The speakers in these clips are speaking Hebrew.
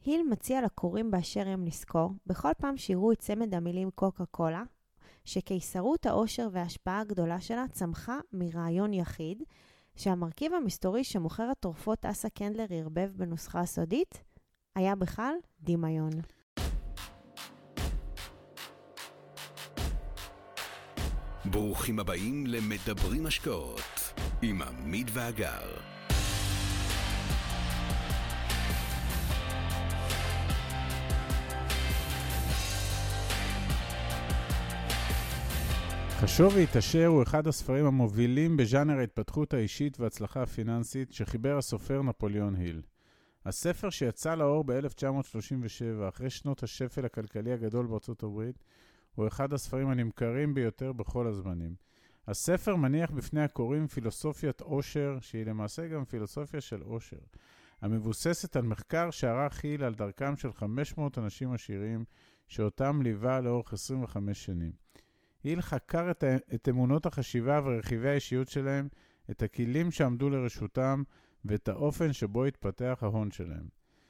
היל מציע לקוראים באשר הם לזכור, בכל פעם שיראו את צמד המילים קוקה קולה, שקיסרות העושר וההשפעה הגדולה שלה צמחה מרעיון יחיד, שהמרכיב המסתורי שמוכר התרופות אסה קנדלר הרבב בנוסחה הסודית, היה בכלל דמיון. ברוכים הבאים למדברים השקעות עם עמית ואגר. חשוב והתעשר הוא אחד הספרים המובילים בז'אנר ההתפתחות האישית וההצלחה הפיננסית שחיבר הסופר נפוליאון היל. הספר שיצא לאור ב-1937 אחרי שנות השפל הכלכלי הגדול בארצות הברית הוא אחד הספרים הנמכרים ביותר בכל הזמנים. הספר מניח בפני הקוראים פילוסופיית עושר, שהיא למעשה גם פילוסופיה של עושר, המבוססת על מחקר שערך היל על דרכם של 500 אנשים עשירים שאותם ליווה לאורך 25 שנים. היל חקר את אמונות החשיבה ורכיבי האישיות שלהם, את הכלים שעמדו לרשותם ואת האופן שבו התפתח ההון שלהם.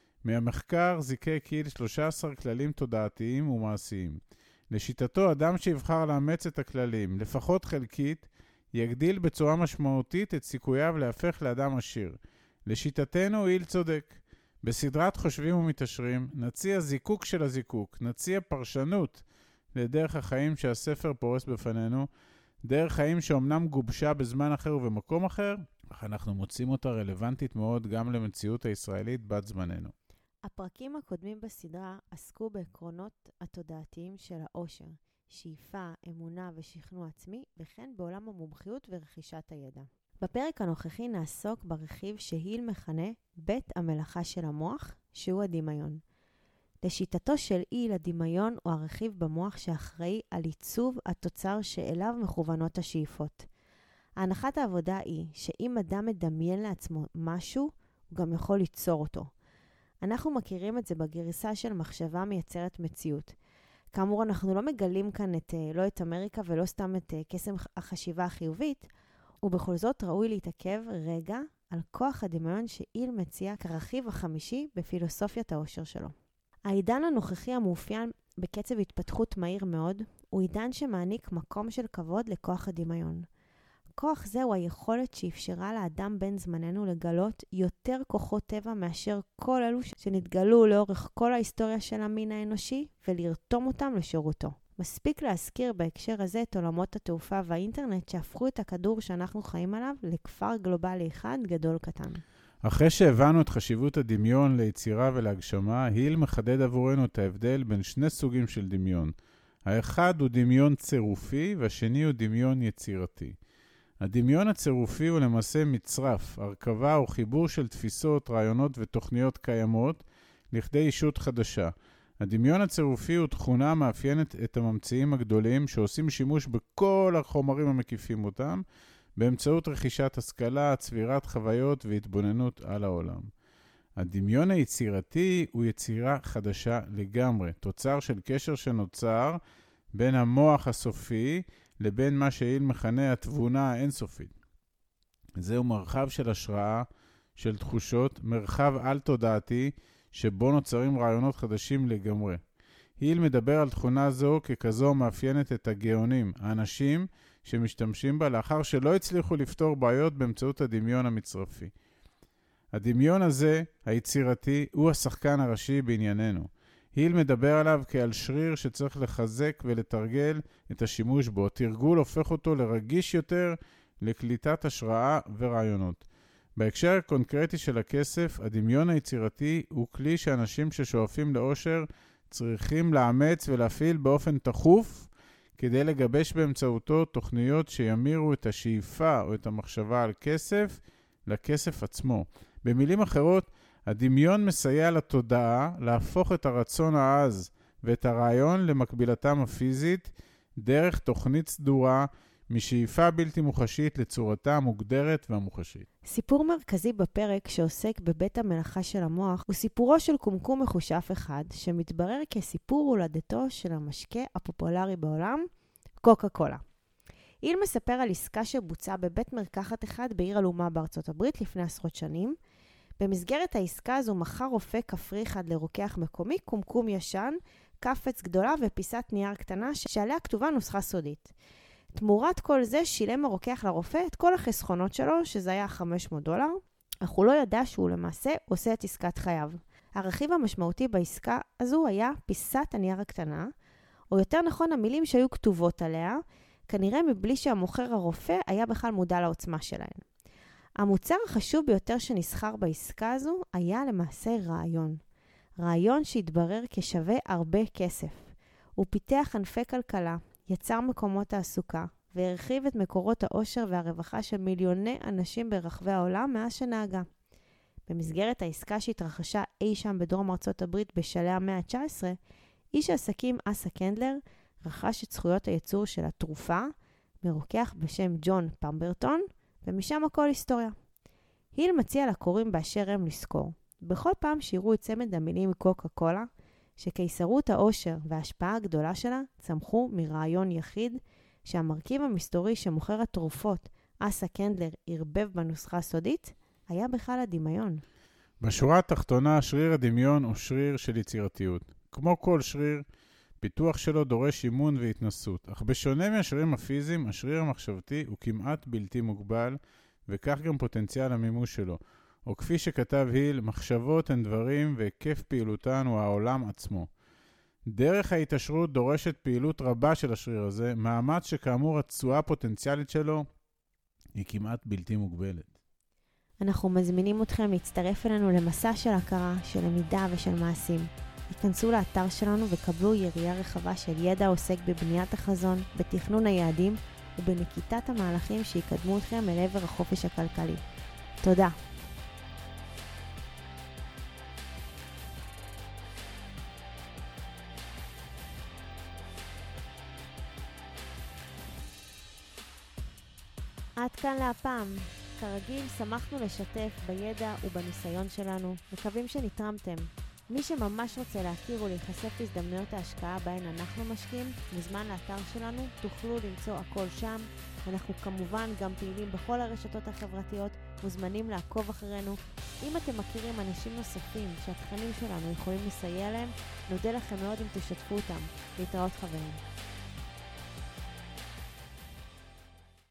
מהמחקר זיקק היל 13 כללים תודעתיים ומעשיים. לשיטתו, אדם שיבחר לאמץ את הכללים, לפחות חלקית, יגדיל בצורה משמעותית את סיכוייו להפך לאדם עשיר. לשיטתנו, היל צודק. בסדרת חושבים ומתעשרים, נציע זיקוק של הזיקוק, נציע פרשנות לדרך החיים שהספר פורס בפנינו, דרך חיים שאומנם גובשה בזמן אחר ובמקום אחר, אך אנחנו מוצאים אותה רלוונטית מאוד גם למציאות הישראלית בת זמננו. הפרקים הקודמים בסדרה עסקו בעקרונות התודעתיים של העושר, שאיפה, אמונה ושכנוע עצמי, וכן בעולם המומחיות ורכישת הידע. בפרק הנוכחי נעסוק ברכיב שהיל מכנה בית המלאכה של המוח, שהוא הדמיון. לשיטתו של היל, הדמיון הוא הרכיב במוח שאחראי על עיצוב התוצר שאליו מכוונות השאיפות. ההנחת העבודה היא שאם אדם מדמיין לעצמו משהו, הוא גם יכול ליצור אותו. אנחנו מכירים את זה בגרסה של מחשבה מייצרת מציאות. כאמור, אנחנו לא מגלים כאן לא את אמריקה ולא סתם את קסם החשיבה החיובית, ובכל זאת ראוי להתעכב רגע על כוח הדמיון שהיל מציע כרכיב החמישי בפילוסופיית העושר שלו. העידן הנוכחי המאופיין בקצב התפתחות מהיר מאוד, הוא עידן שמעניק מקום של כבוד לכוח הדמיון. כוח זה הוא היכולת שאפשרה לאדם בן זמננו לגלות יותר כוחות טבע מאשר כל אלו שנתגלו לאורך כל ההיסטוריה של המין האנושי ולרתום אותם לשירותו. מספיק להזכיר בהקשר הזה את עולמות התעופה והאינטרנט שהפכו את הכדור שאנחנו חיים עליו לכפר גלובלי אחד גדול קטן. אחרי שהבנו את חשיבות הדמיון ליצירה ולהגשמה, היל מחדד עבורנו את ההבדל בין שני סוגים של דמיון. האחד הוא דמיון צירופי והשני הוא דמיון יצירתי. הדמיון הצירופי הוא למעשה מצרף, הרכבה או חיבור של תפיסות, רעיונות ותוכניות קיימות לכדי אישות חדשה. הדמיון הצירופי הוא תכונה מאפיינת את הממציאים הגדולים שעושים שימוש בכל החומרים המקיפים אותם, באמצעות רכישת השכלה, צבירת חוויות והתבוננות על העולם. הדמיון היצירתי הוא יצירה חדשה לגמרי, תוצר של קשר שנוצר בין המוח הסופי לבין מה שהיל מכנה התבונה האינסופית. זהו מרחב של השראה, של תחושות, מרחב על-תודעתי שבו נוצרים רעיונות חדשים לגמרי. היל מדבר על תכונה זו ככזו מאפיינת את הגאונים, האנשים שמשתמשים בה לאחר שלא הצליחו לפתור בעיות באמצעות הדמיון המצרפי. הדמיון הזה, היצירתי, הוא השחקן הראשי בענייננו. היל מדבר עליו כעל שריר שצריך לחזק ולתרגל את השימוש בו. תרגול הופך אותו לרגיש יותר לקליטת השראה ורעיונות. בהקשר הקונקרטי של הכסף, הדמיון היצירתי הוא כלי שאנשים ששואפים לאושר צריכים לאמץ ולהפעיל באופן תחוף כדי לגבש באמצעותו תוכניות שימירו את השאיפה או את המחשבה על כסף לכסף עצמו. במילים אחרות, הדמיון מסייע לתודעה להפוך את הרצון העז ואת הרעיון למקבילתם הפיזית דרך תוכנית סדורה משאיפה בלתי מוחשית לצורתה המוגדרת והמוחשית. סיפור מרכזי בפרק שעוסק בבית המלאכה של המוח הוא סיפורו של קומקום מחושף אחד שמתברר כסיפור הולדתו של המשקה הפופולרי בעולם, קוקה קולה. היל מספר על עסקה שבוצעה בבית מרקחת אחד בעיר אלומה בארצות הברית לפני עשרות שנים, במסגרת העסקה הזו מכר רופא כפרי אחד לרוקח מקומי, קומקום ישן, קפץ גדולה ופיסת נייר קטנה שעליה כתובה נוסחה סודית. תמורת כל זה שילם הרוקח לרופא את כל החסכונות שלו, שזה היה $500, אך הוא לא ידע שהוא למעשה עושה את עסקת חייו. הרכיב המשמעותי בעסקה הזו היה פיסת הנייר הקטנה, או יותר נכון המילים שהיו כתובות עליה, כנראה מבלי שהמוכר הרופא היה בכלל מודע לעוצמה שלהן. המוצר החשוב ביותר שנסחר בעסקה הזו היה למעשה רעיון. רעיון שהתברר כשווה הרבה כסף. הוא פיתח ענפי כלכלה, יצר מקומות תעסוקה, והרחיב את מקורות העושר והרווחה של מיליוני אנשים ברחבי העולם מאז שנהגה. במסגרת העסקה שהתרחשה אי שם בדרום ארצות הברית בשלהי המאה ה-19, איש העסקים אסה קנדלר רכש את זכויות הייצור של התרופה מרוקח בשם ג'ון פמברטון, ומשם הכל היסטוריה. היל מציע לקוראים באשר הם לזכור. בכל פעם שיראו את צמד המילים קוקה קולה, שקיסרות העושר וההשפעה הגדולה שלה צמחו מרעיון יחיד, שהמרכיב המסתורי שמוכר התרופות, אסה קנדלר, ערבב בנוסחה הסודית, היה בכלל הדמיון. בשורה התחתונה, שריר הדמיון הוא שריר של יצירתיות. כמו כל שריר, פיתוח שלו דורש אימון והתנסות, אך בשונה מהשרירים הפיזיים, השריר המחשבתי הוא כמעט בלתי מוגבל, וכך גם פוטנציאל המימוש שלו. או כפי שכתב היל, מחשבות הן דברים והיקף פעילותן הוא העולם עצמו. דרך ההתעשרות דורשת פעילות רבה של השריר הזה, מאמץ שכאמור התשואה הפוטנציאלית שלו היא כמעט בלתי מוגבלת. אנחנו מזמינים אתכם להצטרף אלינו למסע של הכרה, של למידה ושל מעשים. היכנסו לאתר שלנו וקבלו יריעה רחבה של ידע עוסק בבניית החזון, בתכנון היעדים ובנקיטת המהלכים שיקדמו אתכם אל עבר החופש הכלכלי. תודה. עד כאן להפעם. כרגיל, שמחנו לשתף בידע ובניסיון שלנו. מקווים שנתרמתם. מי שממש רוצה להכיר ולהיחשף להזדמנויות ההשקעה בהן אנחנו משקיעים, מוזמן לאתר שלנו, תוכלו למצוא הכל שם. אנחנו כמובן גם פעילים בכל הרשתות החברתיות, מוזמנים לעקוב אחרינו. אם אתם מכירים אנשים נוספים שהתכנים שלנו יכולים לסייע להם, נודה לכם מאוד אם תשתפו אותם. להתראות חברים.